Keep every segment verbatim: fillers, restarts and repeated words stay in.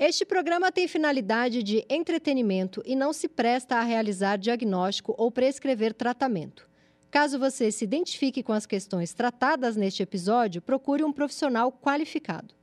Este programa tem finalidade de entretenimento e não se presta a realizar diagnóstico ou prescrever tratamento. Caso você se identifique com as questões tratadas neste episódio, procure um profissional qualificado.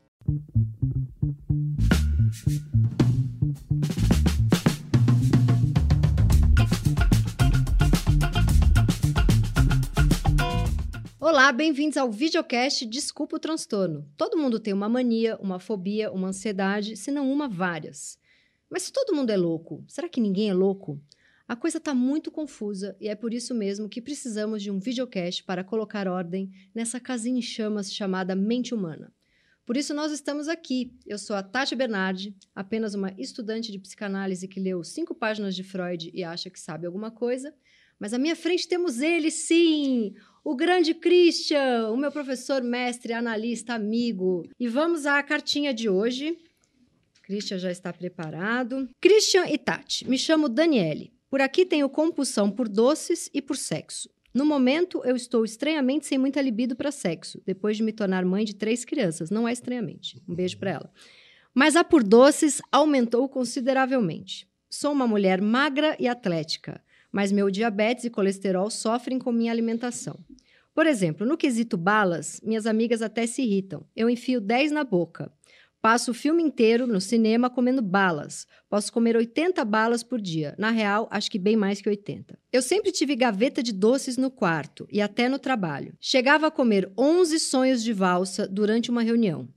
Olá, bem-vindos ao videocast Desculpa o Transtorno. Todo mundo tem uma mania, uma fobia, uma ansiedade, se não uma, várias. Mas se todo mundo é louco, será que ninguém é louco? A coisa está muito confusa e é por isso mesmo que precisamos de um videocast para colocar ordem nessa casinha em chamas chamada mente humana. Por isso nós estamos aqui. Eu sou a Tati Bernardi, apenas uma estudante de psicanálise que leu cinco páginas de Freud e acha que sabe alguma coisa. Mas à minha frente temos ele, sim! O grande Christian, o meu professor, mestre, analista, amigo. E vamos à cartinha de hoje. Christian já está preparado. Christian e Tati, me chamo Daniele. Por aqui tenho compulsão por doces e por sexo. No momento, eu estou estranhamente sem muita libido para sexo, depois de me tornar mãe de três crianças. Não é estranhamente. Um beijo para ela. Mas a por doces aumentou consideravelmente. Sou uma mulher magra e atlética, mas meu diabetes e colesterol sofrem com minha alimentação. Por exemplo, no quesito balas, minhas amigas até se irritam. Eu enfio dez na boca. Passo o filme inteiro no cinema comendo balas. Posso comer oitenta balas por dia. Na real, acho que bem mais que oitenta. Eu sempre tive gaveta de doces no quarto e até no trabalho. Chegava a comer onze sonhos de valsa durante uma reunião.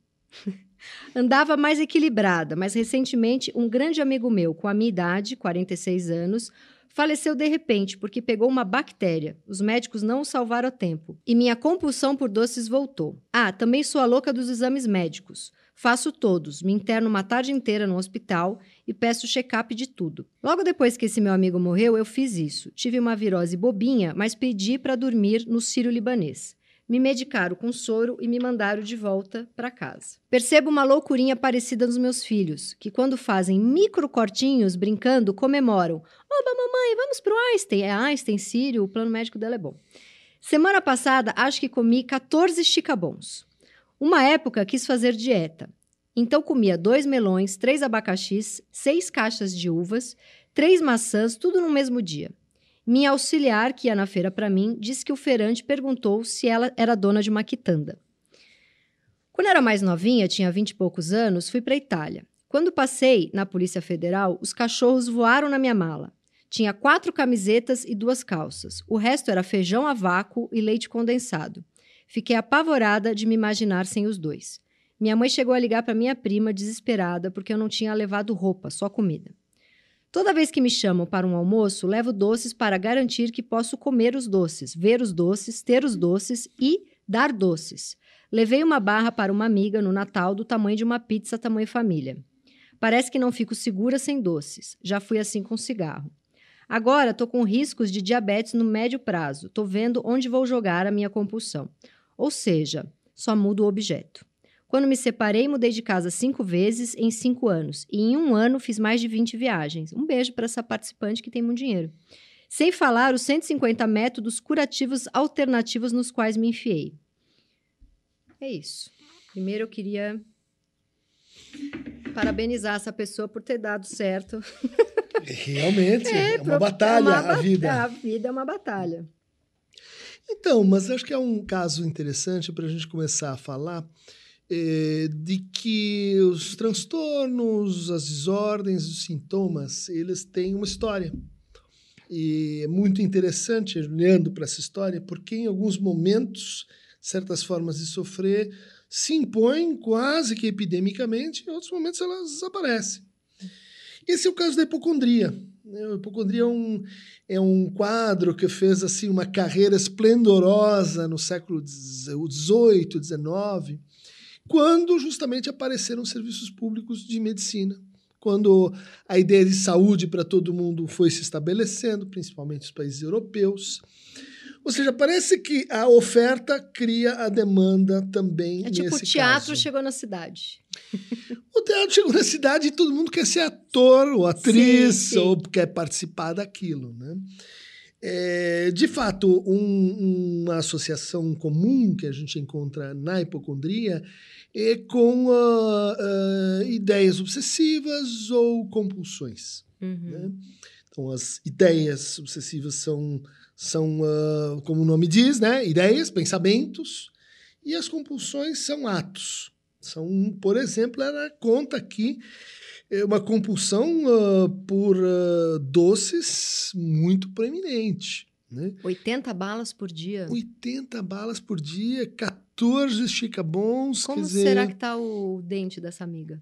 Andava mais equilibrada, mas recentemente um grande amigo meu, com a minha idade, quarenta e seis anos, faleceu de repente porque pegou uma bactéria. Os médicos não o salvaram a tempo. E minha compulsão por doces voltou. Ah, também sou a louca dos exames médicos. Faço todos, me interno uma tarde inteira no hospital e peço check-up de tudo. Logo depois que esse meu amigo morreu, eu fiz isso. Tive uma virose bobinha, mas pedi para dormir no sírio-libanês. Me medicaram com soro e me mandaram de volta para casa. Percebo uma loucurinha parecida nos meus filhos, que quando fazem microcortinhos brincando, comemoram. Oba, mamãe, vamos pro Einstein. É Einstein, Sírio, o plano médico dela é bom. Semana passada, acho que comi quatorze chicabons. Uma época, quis fazer dieta. Então, comia dois melões, três abacaxis, seis caixas de uvas, três maçãs, tudo no mesmo dia. Minha auxiliar, que ia na feira para mim, disse que o feirante perguntou se ela era dona de uma quitanda. Quando era mais novinha, tinha vinte e poucos anos, fui para a Itália. Quando passei na Polícia Federal, os cachorros voaram na minha mala. Tinha quatro camisetas e duas calças. O resto era feijão a vácuo e leite condensado. Fiquei apavorada de me imaginar sem os dois. Minha mãe chegou a ligar para minha prima, desesperada, porque eu não tinha levado roupa, só comida. Toda vez que me chamam para um almoço, levo doces para garantir que posso comer os doces, ver os doces, ter os doces e dar doces. Levei uma barra para uma amiga no Natal do tamanho de uma pizza tamanho família. Parece que não fico segura sem doces. Já fui assim com cigarro. Agora estou com riscos de diabetes no médio prazo. Estou vendo onde vou jogar a minha compulsão. Ou seja, só mudo o objeto. Quando me separei, mudei de casa cinco vezes em cinco anos. E em um ano fiz mais de vinte viagens. Um beijo para essa participante que tem muito dinheiro. Sem falar os cento e cinquenta métodos curativos alternativos nos quais me enfiei. É isso. Primeiro eu queria parabenizar essa pessoa por ter dado certo. Realmente, é, é uma pro... batalha é uma a vida. A vida é uma batalha. Então, mas acho que é um caso interessante para a gente começar a falar é, de que os transtornos, as desordens, os sintomas, eles têm uma história. E é muito interessante, olhando para essa história, porque em alguns momentos, certas formas de sofrer se impõem quase que epidemicamente, em outros momentos elas desaparecem. Esse é o caso da hipocondria. A hipocondria é um, é um quadro que fez assim, uma carreira esplendorosa no século dezoito, dezenove, quando justamente apareceram serviços públicos de medicina, quando a ideia de saúde para todo mundo foi se estabelecendo, principalmente nos países europeus. Ou seja, parece que a oferta cria a demanda também nesse caso. É tipo o teatro chegou na cidade. O teatro chegou na cidade e todo mundo quer ser ator ou atriz, sim, sim. ou quer participar daquilo, né? É, de fato, um, uma associação comum que a gente encontra na hipocondria e com uh, uh, ideias obsessivas ou compulsões. Uhum. Né? Então, as ideias obsessivas são, são uh, como o nome diz, né? Ideias, pensamentos, e as compulsões são atos. São, por exemplo, ela conta aqui uma compulsão uh, por uh, doces muito proeminente. Né? oitenta balas por dia? oitenta balas por dia, quatorze chicabons. Como quer dizer, será que está o dente dessa amiga?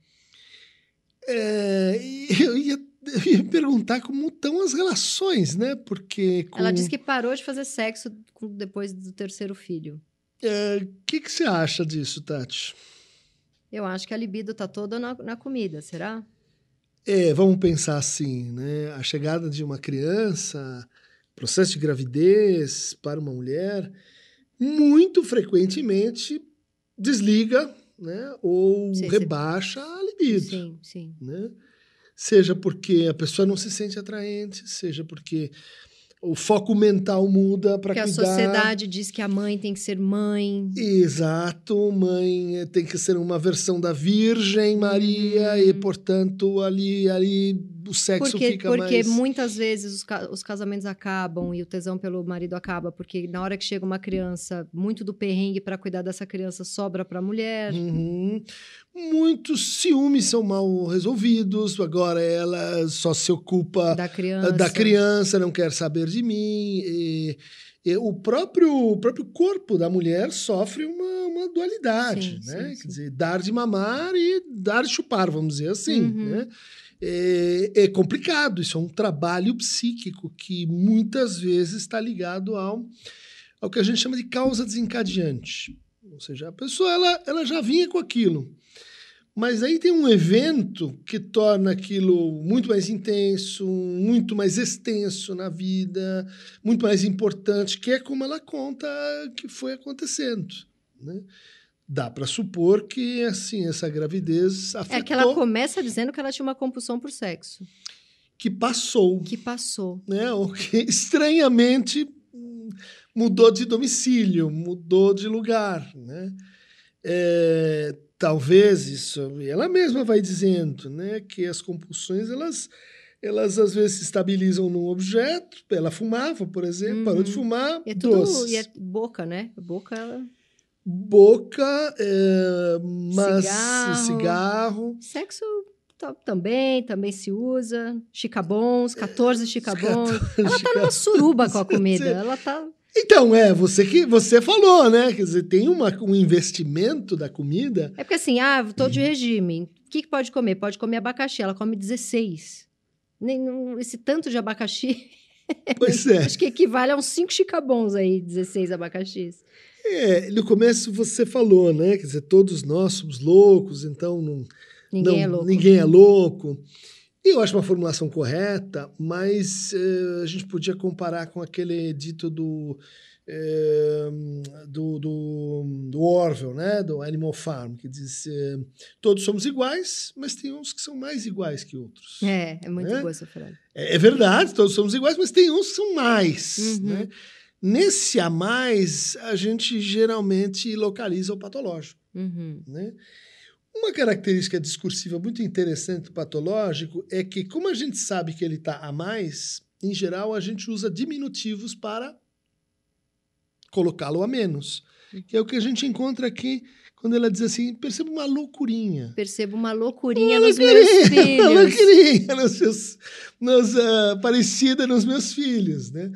É, eu, ia, eu ia perguntar como estão as relações, né? Porque... Com... Ela disse que parou de fazer sexo depois do terceiro filho. O é, que, que você acha disso, Tati? Eu acho que a libido está toda na, na comida, será? É, vamos pensar assim, né? A chegada de uma criança, processo de gravidez para uma mulher, muito frequentemente desliga, né? Ou Sim, rebaixa sim. a libido. Sim, sim. Né? Seja porque a pessoa não se sente atraente, seja porque o foco mental muda para cuidar. Porque a sociedade diz que a mãe tem que ser mãe. Exato, mãe tem que ser uma versão da Virgem Maria, hum. e, portanto, ali, ali o sexo porque, fica porque mais... Porque muitas vezes os, ca os casamentos acabam e o tesão pelo marido acaba, porque na hora que chega uma criança, muito do perrengue para cuidar dessa criança sobra para a mulher. Uhum. Muitos ciúmes são mal resolvidos, agora ela só se ocupa da criança, da criança não quer saber de mim. E, e o, próprio, o próprio corpo da mulher sofre uma, uma dualidade, sim, né? sim, Quer sim. dizer, dar de mamar e dar de chupar, vamos dizer assim, uhum. né? É, é complicado, isso é um trabalho psíquico que muitas vezes está ligado ao, ao que a gente chama de causa desencadeante. Ou seja, a pessoa ela, ela já vinha com aquilo, mas aí tem um evento que torna aquilo muito mais intenso, muito mais extenso na vida, muito mais importante, que é como ela conta que foi acontecendo, né? Dá para supor que, assim, essa gravidez afetou... É que ela começa dizendo que ela tinha uma compulsão por sexo. Que passou. Que passou. Né? Ou que, estranhamente, mudou de domicílio, mudou de lugar, né? É, talvez isso... Ela mesma vai dizendo, né, que as compulsões, elas... Elas, às vezes, se estabilizam num objeto. Ela fumava, por exemplo, uhum. parou de fumar, e é tudo, doces. E é boca, né? Boca, ela... Boca, é, mas cigarro. cigarro. Sexo também, também se usa. Chicabons, quatorze chicabons. Ela tá numa suruba com a comida. Ela tá... Então, é, você que você falou, né? Quer dizer, tem uma, um investimento da comida. É porque assim, ah, tô de regime. O que, que pode comer? Pode comer abacaxi. Ela come dezesseis. Nem, esse tanto de abacaxi... Pois é. Acho que equivale a uns cinco chicabons aí, dezesseis abacaxis. É, no começo você falou, né? Quer dizer, todos nós somos loucos, então não, ninguém, não, é louco. ninguém é louco. E eu acho uma formulação correta, mas eh, a gente podia comparar com aquele dito do, eh, do, do, do Orwell, né? Do Animal Farm, que diz eh, todos somos iguais, mas tem uns que são mais iguais que outros. É, é muito né? boa essa frase. É, é verdade, todos somos iguais, mas tem uns que são mais, uhum. né? Nesse a mais, a gente geralmente localiza o patológico. Uhum. Né? Uma característica discursiva muito interessante do patológico é que, como a gente sabe que ele está a mais, em geral, a gente usa diminutivos para colocá-lo a menos. Que é o que a gente encontra aqui quando ela diz assim, percebo uma loucurinha. Percebo uma loucurinha uma nos loucurinha, meus filhos. Uma loucurinha nos seus, nos, uh, parecida nos meus filhos, né?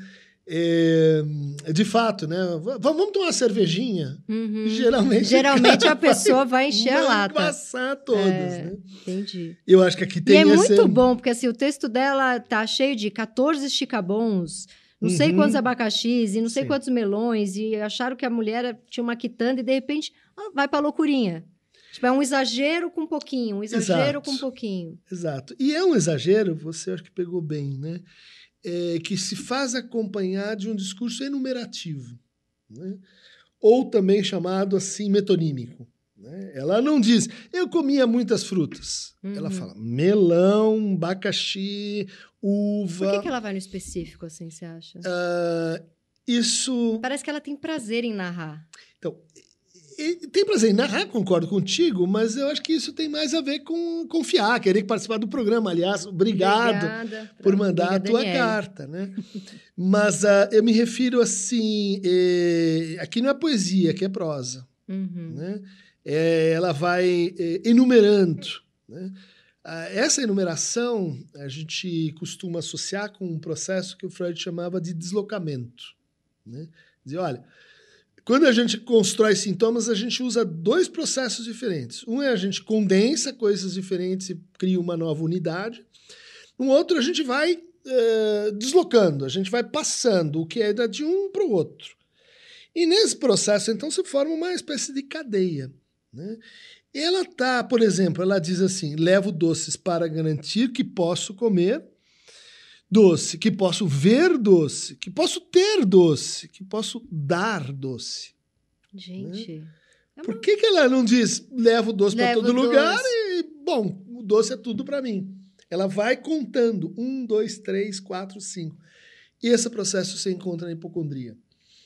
É, de fato, né? Vamos tomar uma cervejinha? Uhum. Geralmente, Geralmente a pessoa vai encher a lata. Passar todas, é, né? Entendi. Eu acho que aqui tem E é esse... muito bom, porque assim, o texto dela tá cheio de quatorze chicabons, não uhum. sei quantos abacaxis e não sei Sim. quantos melões, e acharam que a mulher tinha uma quitanda e de repente ah, vai pra loucurinha. Tipo, é um exagero com um pouquinho, um exagero Exato. com um pouquinho. Exato. E é um exagero, você acho que pegou bem, né? É, que se faz acompanhar de um discurso enumerativo, né? Ou também chamado assim metonímico. Né? Ela não diz, eu comia muitas frutas. Uhum. Ela fala melão, abacaxi, uva. Por que, que ela vai no específico, assim, você acha? Uh, isso... Parece que ela tem prazer em narrar. Então, E tem prazer em narrar, concordo contigo, mas eu acho que isso tem mais a ver com confiar, querer participar do programa. Aliás, obrigado Obrigada por mandar a tua Daniele. carta, né? Mas uh, eu me refiro assim, eh, aqui não é poesia, aqui é prosa, Uhum. né? É, ela vai eh, enumerando, né? Uh, essa enumeração a gente costuma associar com um processo que o Freud chamava de deslocamento, né? Dizer, olha, quando a gente constrói sintomas, a gente usa dois processos diferentes. Um é a gente condensa coisas diferentes e cria uma nova unidade. No outro, a gente vai uh, deslocando, a gente vai passando o que é de um para o outro. E nesse processo, então, se forma uma espécie de cadeia, né? Ela está, por exemplo, ela diz assim, levo doces para garantir que posso comer doce, que posso ver doce, que posso ter doce, que posso dar doce. Gente. Né? É uma... Por que, que ela não diz levo doce para todo doce. lugar e, bom, o doce é tudo para mim? Ela vai contando. Um, dois, três, quatro, cinco. E esse processo se encontra na hipocondria.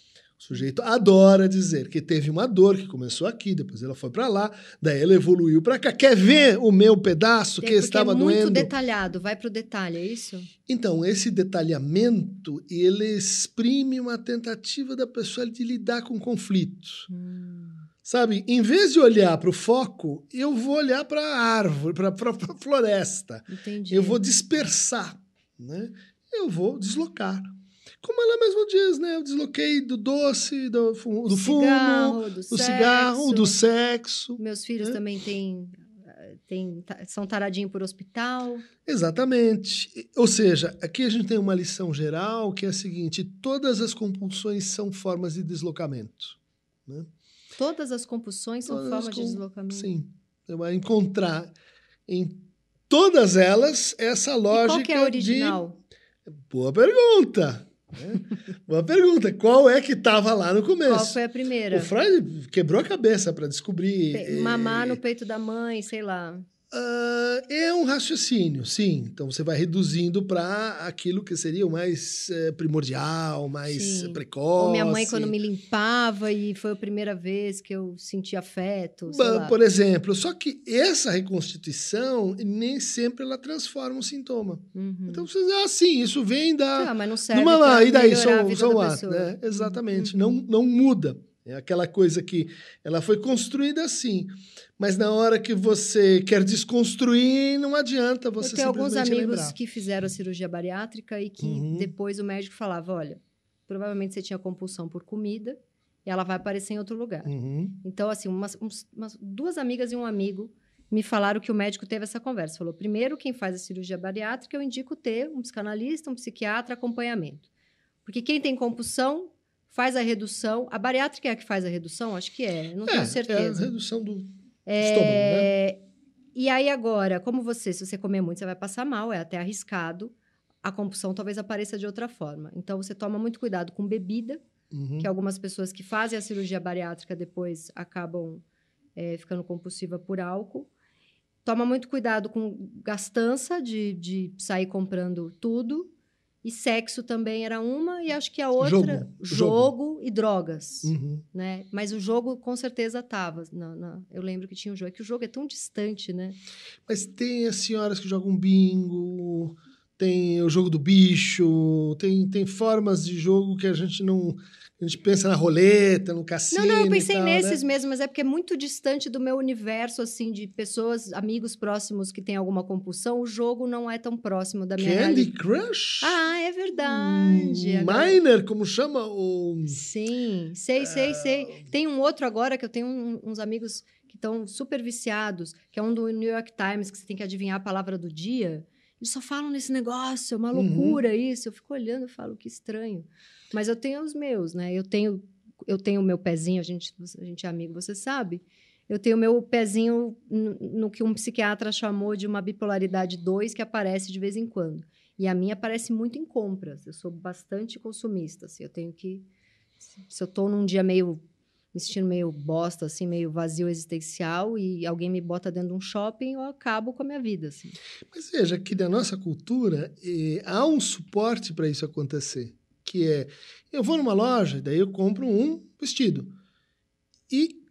O sujeito adora dizer que teve uma dor que começou aqui, depois ela foi para lá, daí ela evoluiu para cá. Quer ver o meu pedaço que estava doendo? É muito detalhado, vai para o detalhe, é isso? Então, esse detalhamento, ele exprime uma tentativa da pessoa de lidar com conflitos. Hum. Sabe, em vez de olhar para o foco, eu vou olhar para a árvore, para a floresta. Entendi. Eu vou dispersar, né? Eu vou deslocar. Como ela mesma diz, né? Eu desloquei do doce, do, do cigarro, fumo, do, do sexo. cigarro, do sexo. Meus filhos né? também têm, têm, são taradinhos por hospital. Exatamente. Ou seja, aqui a gente tem uma lição geral que é a seguinte: todas as compulsões são formas de deslocamento, né? Todas as compulsões são todas formas com... de deslocamento? Sim. Você vai encontrar em todas elas essa lógica de... E qual que é a original? De... Boa pergunta. É. Boa pergunta. Qual é que estava lá no começo? Qual foi a primeira? O Freud quebrou a cabeça para descobrir... Pe- mamar é... no peito da mãe, sei lá. Uh, é um raciocínio, sim. Então você vai reduzindo para aquilo que seria o mais uh, primordial, mais sim. precoce. Ou minha mãe quando me limpava e foi a primeira vez que eu senti afeto, sei bah, lá. Por exemplo, só que essa reconstituição nem sempre ela transforma o sintoma. Uhum. Então você diz, ah, sim, isso vem da... Ah, mas não serve numa... para E daí melhorar a são, vida são da lá, pessoa. né? Exatamente, Uhum. não, não muda. É aquela coisa que ela foi construída assim. Mas na hora que você quer desconstruir, não adianta você simplesmente lembrar. Eu tenho alguns amigos lembrar. que fizeram a cirurgia bariátrica e que uhum. depois o médico falava, olha, provavelmente você tinha compulsão por comida e ela vai aparecer em outro lugar. Uhum. Então, assim, umas, umas duas amigas e um amigo me falaram que o médico teve essa conversa. Falou, primeiro, quem faz a cirurgia bariátrica, eu indico ter um psicanalista, um psiquiatra, acompanhamento. Porque quem tem compulsão faz a redução. A bariátrica é a que faz a redução? Acho que é, não é, tenho certeza. É a redução do... É... estômago, né? E aí agora, como você, se você comer muito, você vai passar mal, é até arriscado. A compulsão talvez apareça de outra forma. Então, você toma muito cuidado com bebida, uhum. que algumas pessoas que fazem a cirurgia bariátrica depois acabam é, ficando compulsiva por álcool. Toma muito cuidado com gastança, de, de sair comprando tudo. E sexo também era uma, e acho que a outra... Jogo. Jogo, jogo e drogas, uhum. né? Mas o jogo, com certeza, estava. Eu lembro que tinha um jogo. É que o jogo é tão distante, né? Mas tem as senhoras que jogam bingo, tem o jogo do bicho, tem, tem formas de jogo que a gente não... A gente pensa na roleta, no cassino. Não, não, eu pensei tal, nesses né? mesmo, mas é porque é muito distante do meu universo, assim, de pessoas, amigos próximos que têm alguma compulsão. O jogo não é tão próximo da minha Candy realidade. Crush? Ah, é verdade. Hum, agora... Miner, como chama? O... Sim, sei, sei, sei. Tem um outro agora que eu tenho um, uns amigos que estão super viciados, que é um do New York Times, que você tem que adivinhar a palavra do dia. Eles só falam nesse negócio, é uma loucura uhum. isso. Eu fico olhando e falo, que estranho. Mas eu tenho os meus, né? Eu tenho eu tenho o meu pezinho, a gente, a gente é amigo, você sabe. Eu tenho o meu pezinho no, no que um psiquiatra chamou de uma bipolaridade dois, que aparece de vez em quando. E a minha aparece muito em compras. Eu sou bastante consumista, assim. Eu tenho que... Se eu estou num dia meio... me sentindo meio bosta, assim, meio vazio existencial, e alguém me bota dentro de um shopping, eu acabo com a minha vida, assim. Mas veja que na nossa cultura eh, há um suporte para isso acontecer. Que é, eu vou numa loja, daí eu compro um vestido. E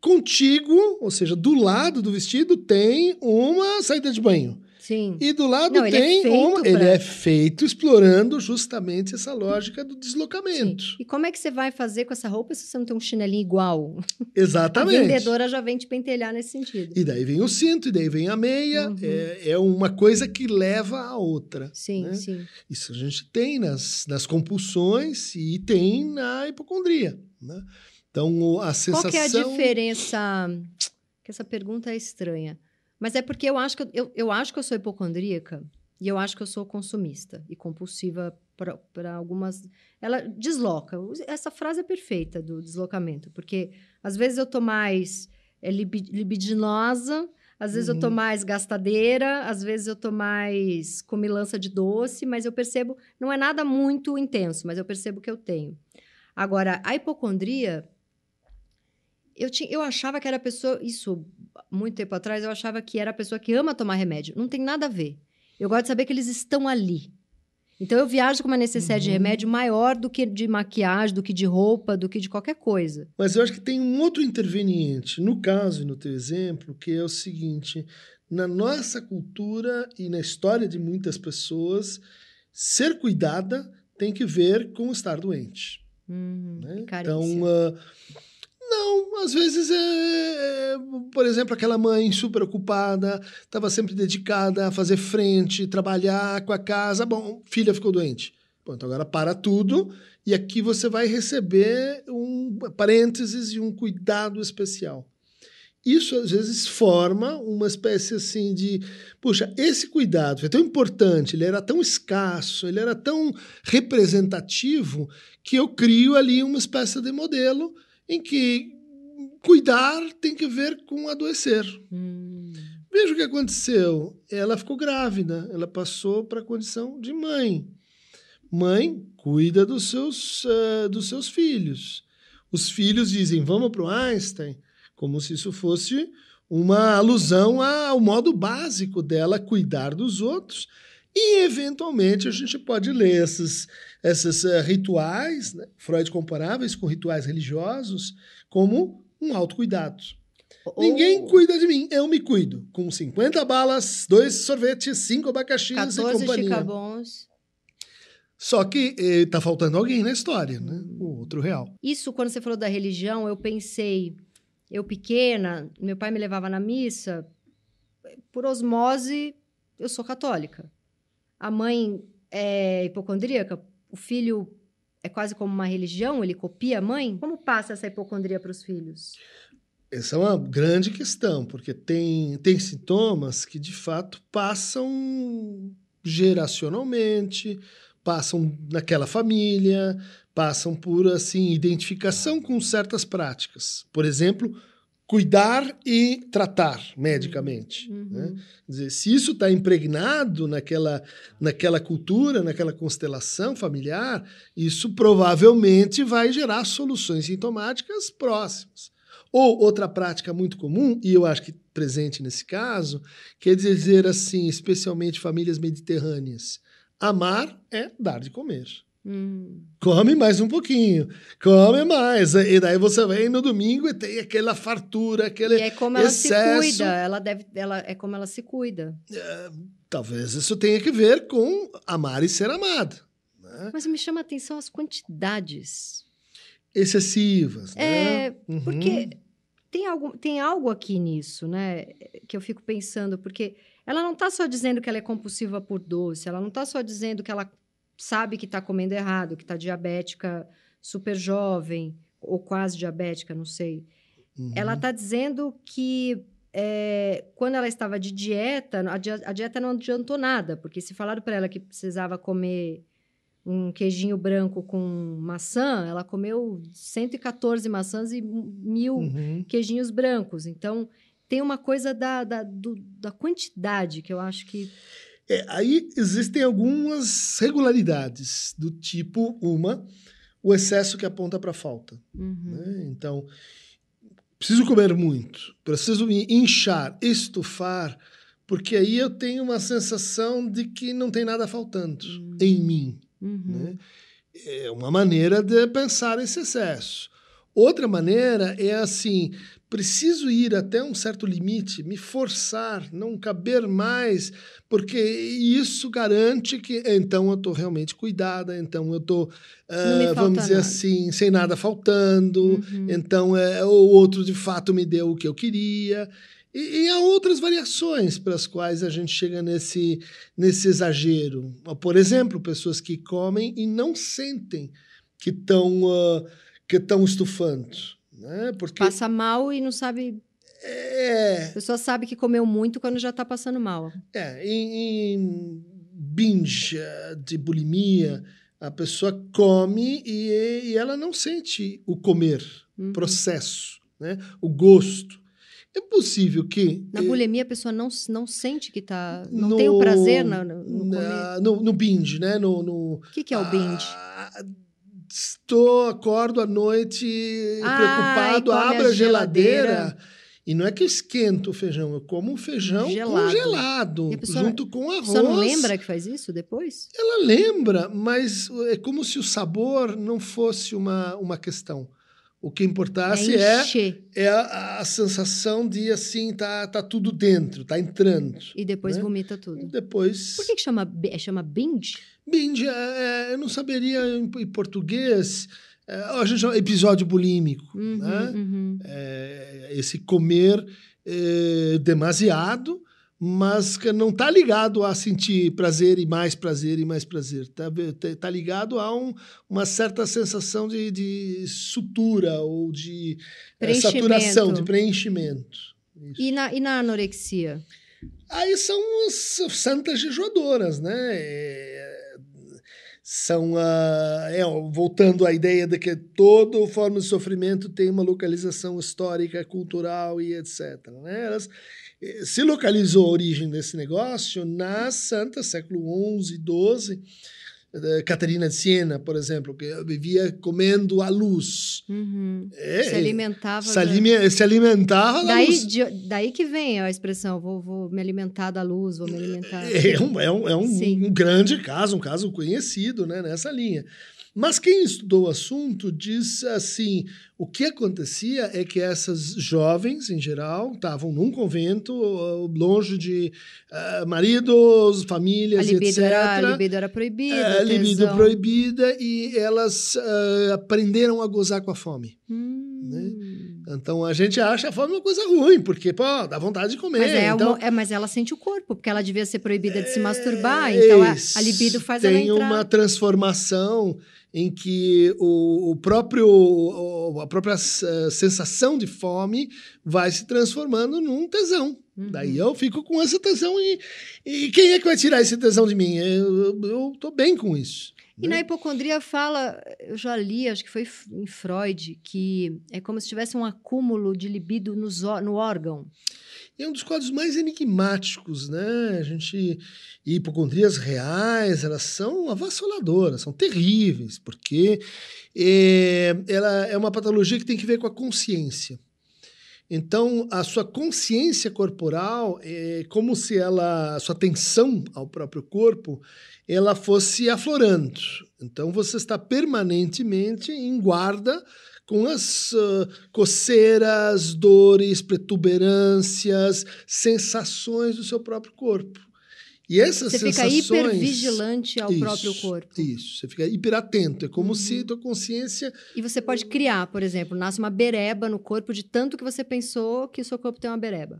contigo, ou seja, do lado do vestido tem uma saída de banho. Sim. E do lado Não, ele tem é feito uma... pra- Ele é feito explorando justamente essa lógica do deslocamento. Sim. E como é que você vai fazer com essa roupa se você não tem um chinelinho igual? Exatamente. A vendedora já vem te pentelhar nesse sentido. E daí vem o cinto, e daí vem a meia. Uhum. É, é uma coisa que leva a outra. Sim, né? sim. Isso a gente tem nas, nas compulsões e tem na hipocondria. Né? Então, a sensação... Qual que é a diferença? Que essa pergunta é estranha. Mas é porque eu acho que eu, eu, eu acho que eu sou hipocondríaca e eu acho que eu sou consumista e compulsiva para algumas... Ela desloca. Essa frase é perfeita do deslocamento, porque às vezes eu tô mais é, libidinosa, às vezes uhum. eu tô mais gastadeira, às vezes eu tô mais comilança de doce, mas eu percebo... Não é nada muito intenso, mas eu percebo que eu tenho. Agora, a hipocondria... Eu, tinha, eu achava que era a pessoa... Isso, muito tempo atrás, eu achava que era a pessoa que ama tomar remédio. Não tem nada a ver. Eu gosto de saber que eles estão ali. Então, eu viajo com uma necessidade uhum. de remédio maior do que de maquiagem, do que de roupa, do que de qualquer coisa. Mas eu acho que tem um outro interveniente, no caso e no teu exemplo, que é o seguinte... Na nossa cultura e na história de muitas pessoas, ser cuidada tem que ver com estar doente. Uhum, né? Carícia. Então... Uh, Não, às vezes é, é, por exemplo, aquela mãe super ocupada, estava sempre dedicada a fazer frente, trabalhar com a casa. Bom, filha ficou doente. Bom, então agora para tudo e aqui você vai receber um parênteses e um cuidado especial. Isso, às vezes, forma uma espécie assim de... Puxa, esse cuidado foi tão importante, ele era tão escasso, ele era tão representativo que eu crio ali uma espécie de modelo em que cuidar tem que ver com adoecer. Hum. Veja o que aconteceu. Ela ficou grávida, ela passou para a condição de mãe. Mãe cuida dos seus, uh, dos seus filhos. Os filhos dizem, vamos para o Einstein, como se isso fosse uma alusão ao modo básico dela cuidar dos outros. E, eventualmente, a gente pode ler esses, esses uh, rituais, né? Freud comparava isso com rituais religiosos, como um autocuidado. Oh. Ninguém cuida de mim, eu me cuido. Com cinquenta balas, dois sorvetes, cinco abacaxis e companhia. quatorze chicabons. Só que está faltando alguém na história, né? O outro real. Isso, quando você falou da religião, eu pensei... Eu pequena, meu pai me levava na missa. Por osmose, eu sou católica. A mãe é hipocondríaca, o filho é quase como uma religião, ele copia a mãe. Como passa essa hipocondria para os filhos? Essa é uma grande questão, porque tem, tem sintomas que, de fato, passam geracionalmente, passam naquela família, passam por assim, identificação com certas práticas. Por exemplo, cuidar e tratar medicamente. Uhum. Né? Quer dizer, se isso está impregnado naquela, naquela cultura, naquela constelação familiar, isso provavelmente vai gerar soluções sintomáticas próximas. Ou outra prática muito comum, e eu acho que presente nesse caso, quer dizer assim, especialmente famílias mediterrâneas, amar é dar de comer. Hum. Come mais um pouquinho, come mais. E daí você vem no domingo e tem aquela fartura, aquele excesso. E é como ela se cuida, ela deve, ela, é como ela se cuida. É, talvez isso tenha que ver com amar e ser amada. Né? Mas me chama a atenção as quantidades. Excessivas, é, né? Uhum. Porque tem algo, tem algo aqui nisso, né? Que eu fico pensando, porque ela não está só dizendo que ela é compulsiva por doce, ela não está só dizendo que ela sabe que está comendo errado, que está diabética super jovem, ou quase diabética, não sei. Uhum. Ela está dizendo que é, quando ela estava de dieta, a, di a dieta não adiantou nada, porque se falaram para ela que precisava comer um queijinho branco com maçã, ela comeu cento e quatorze maçãs e mil uhum. queijinhos brancos. Então, tem uma coisa da, da, do, da quantidade que eu acho que... É, aí existem algumas regularidades, do tipo, uma, o excesso que aponta para a falta. Uhum. Né? Então, preciso comer muito, preciso me inchar, estufar, porque aí eu tenho uma sensação de que não tem nada faltando uhum. em mim. Uhum. Né? É uma maneira de pensar esse excesso. Outra maneira é assim, preciso ir até um certo limite, me forçar, não caber mais, porque isso garante que então eu estou realmente cuidada, então eu estou, uh, vamos dizer nada. assim, sem nada faltando, uhum. então é, o outro de fato me deu o que eu queria. E, e há outras variações pelas quais a gente chega nesse, nesse exagero. Por exemplo, pessoas que comem e não sentem que estão uh, que estão estufando. Né? Porque passa mal e não sabe... É... A pessoa sabe que comeu muito quando já está passando mal. É, em, em binge de bulimia, a pessoa come e, e ela não sente o comer, o uhum. processo, né? O gosto. É possível que... Na bulimia, a pessoa não, não sente que está... Não no, tem o prazer no, no, no comer. No, no binge, né? No, no, o que, que é o binge? Ah, estou, acordo à noite ah, preocupado, abro a geladeira... geladeira. E não é que eu esquento o feijão, eu como um feijão gelado. congelado, pessoa, junto com arroz. Você não lembra que faz isso depois? Ela lembra, mas é como se o sabor não fosse uma, uma questão. O que importasse é, é, é a, a sensação de, assim, tá, tá tudo dentro, tá entrando. E depois né? vomita tudo. E depois... Por que, que chama, chama binge? Binge, é, eu não saberia em, em português... É, a gente chama episódio bulímico. Uhum, né? uhum. É, esse comer é, demasiado, mas que não está ligado a sentir prazer e mais prazer e mais prazer. Está tá ligado a um, uma certa sensação de, de sutura ou de é, saturação, de preenchimento. E na, e na anorexia? Aí são as santas jejuadoras, né? É, são, uh, é, voltando à ideia de que toda forma de sofrimento tem uma localização histórica, cultural e etcétera. Né? Elas, se localizou a origem desse negócio nas santas, século onze, doze, Catarina de Siena, por exemplo, que vivia comendo à luz. Uhum. É, se alimentava. Se, alime se alimentava da daí, luz. De, daí que vem a expressão, vou, vou me alimentar da luz, vou me alimentar... É um, é um, é um, um grande caso, um caso conhecido, né, nessa linha. Mas quem estudou o assunto diz assim, o que acontecia é que essas jovens, em geral, estavam num convento, longe de uh, maridos, famílias, a libido etcétera. Era, a libido era proibida. A libido proibida e elas uh, aprenderam a gozar com a fome. Hum. Né? Então a gente acha a fome uma coisa ruim, porque pô, dá vontade de comer. Mas, é então... uma, é, mas ela sente o corpo, porque ela devia ser proibida de se masturbar, é, então a, a libido faz ela entrar... Tem uma transformação em que o, o próprio, o, a própria sensação de fome vai se transformando num tesão. Uhum. Daí eu fico com essa tesão e, e quem é que vai tirar esse tesão de mim? Eu, eu tô bem com isso. E né? Na hipocondria fala, eu já li, acho que foi em Freud, que é como se tivesse um acúmulo de libido nos, no órgão. É um dos quadros mais enigmáticos, né? A gente... E hipocondrias reais, elas são avassaladoras, são terríveis, porque é, ela é uma patologia que tem que ver com a consciência. Então, a sua consciência corporal é como se ela, a sua atenção ao próprio corpo, ela fosse aflorando. Então, você está permanentemente em guarda com as uh, coceiras, dores, protuberâncias, sensações do seu próprio corpo. E essas você sensações... Você fica hipervigilante ao isso, próprio corpo. Isso, você fica hiperatento. É como uhum. se tua consciência... E você pode criar, por exemplo, nasce uma bereba no corpo de tanto que você pensou que o seu corpo tem uma bereba.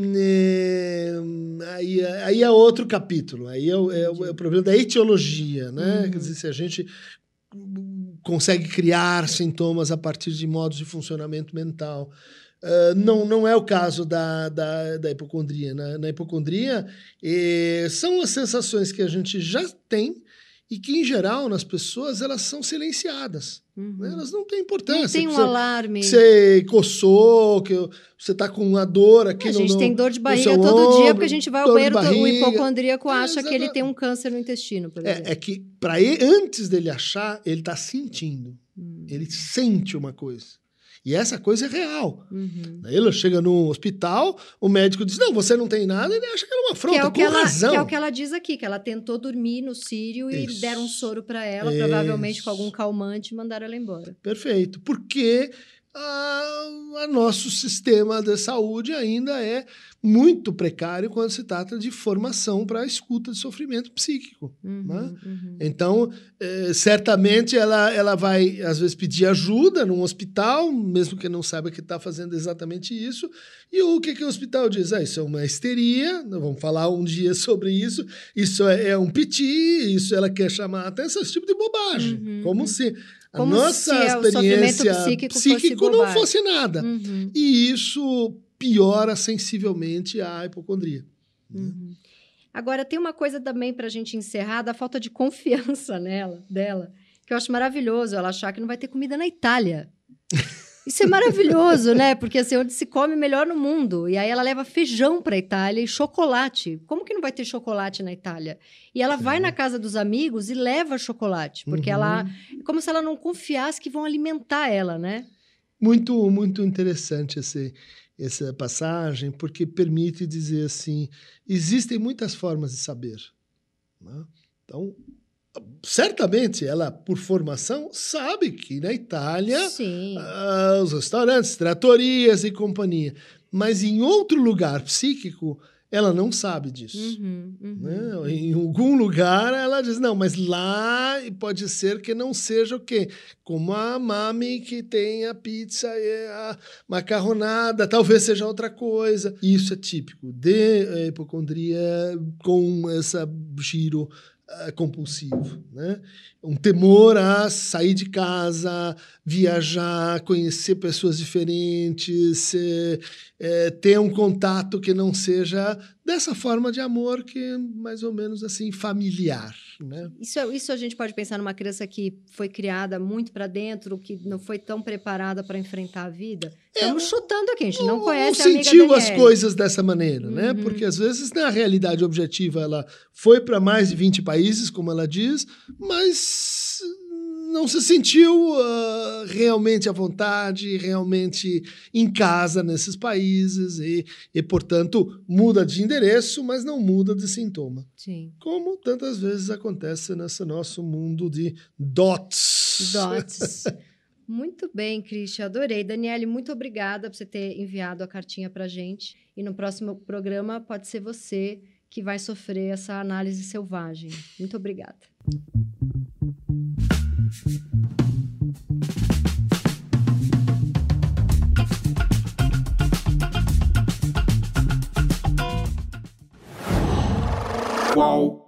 É, aí, aí é outro capítulo. Aí é, é, é o problema da etiologia, né? Uhum. Quer dizer, se a gente consegue criar sintomas a partir de modos de funcionamento mental. Uh, não, não é o caso da, da, da hipocondria. Na, na hipocondria, eh, são as sensações que a gente já tem e que, em geral, nas pessoas, elas são silenciadas. Uhum. Né? Elas não têm importância. Não tem um você, alarme. Você coçou, que você está com uma dor aqui a no A gente no, tem dor de barriga todo ombro, dia, porque a gente vai ao banheiro, o hipocondríaco acha é, que ele tem um câncer no intestino, por exemplo. É, é que, para ele, antes dele achar, ele está sentindo. Hum. Ele sente uma coisa. E essa coisa é real. Uhum. Ele chega no hospital, o médico diz, não, você não tem nada, ele acha que é uma afronta, que é o com que ela, razão. Que é o que ela diz aqui, que ela tentou dormir no Sírio e Isso. deram um soro para ela, Isso. provavelmente com algum calmante, e mandaram ela embora. Perfeito. Porque a, a nosso sistema de saúde ainda é muito precário quando se trata de formação para a escuta de sofrimento psíquico. Uhum, né? uhum. Então, é, certamente ela, ela vai, às vezes, pedir ajuda num hospital, mesmo que não saiba que está fazendo exatamente isso. E o que, que o hospital diz? Ah, isso é uma histeria, vamos falar um dia sobre isso, isso é, é um piti, isso ela quer chamar a atenção, esse tipo de bobagem. Uhum, como uhum. se a Como nossa se experiência psíquico, psíquico fosse não bobagem. fosse nada. Uhum. E isso piora sensivelmente a hipocondria. Uhum. Agora, tem uma coisa também para a gente encerrar, da falta de confiança nela, dela, que eu acho maravilhoso, ela achar que não vai ter comida na Itália. Isso é maravilhoso, né? Porque assim, onde se come melhor no mundo. E aí ela leva feijão para a Itália e chocolate. Como que não vai ter chocolate na Itália? E ela vai na casa dos amigos e leva chocolate, porque Uhum. ela... É como se ela não confiasse que vão alimentar ela, né? Muito, muito interessante esse, essa passagem, porque permite dizer assim, existem muitas formas de saber. Né? Então, certamente, ela, por formação, sabe que na Itália, uh, os restaurantes, tratorias e companhia. Mas em outro lugar psíquico, ela não sabe disso. Uhum, uhum. Né? Em algum lugar, ela diz, não, mas lá pode ser que não seja o quê? Como a mami que tem a pizza e a macarronada, talvez seja outra coisa. Isso é típico de hipocondria com esse giro Uh, compulsivo, né? Um temor a sair de casa, viajar, conhecer pessoas diferentes, é, é, ter um contato que não seja dessa forma de amor que é mais ou menos assim familiar, né? Isso, isso a gente pode pensar numa criança que foi criada muito para dentro, que não foi tão preparada para enfrentar a vida. Estamos é, chutando aqui, a gente não conhece a amiga sentiu Daniele. as coisas dessa maneira, uhum. né? Porque às vezes na realidade objetiva ela foi para mais de vinte países, como ela diz, mas não se sentiu uh, realmente à vontade, realmente em casa nesses países e, e, portanto, muda de endereço, mas não muda de sintoma. Sim. Como tantas vezes acontece nesse nosso mundo de dots. Dots. Muito bem, Christian, adorei. Daniele, muito obrigada por você ter enviado a cartinha para a gente. E no próximo programa pode ser você que vai sofrer essa análise selvagem. Muito obrigada. Qual?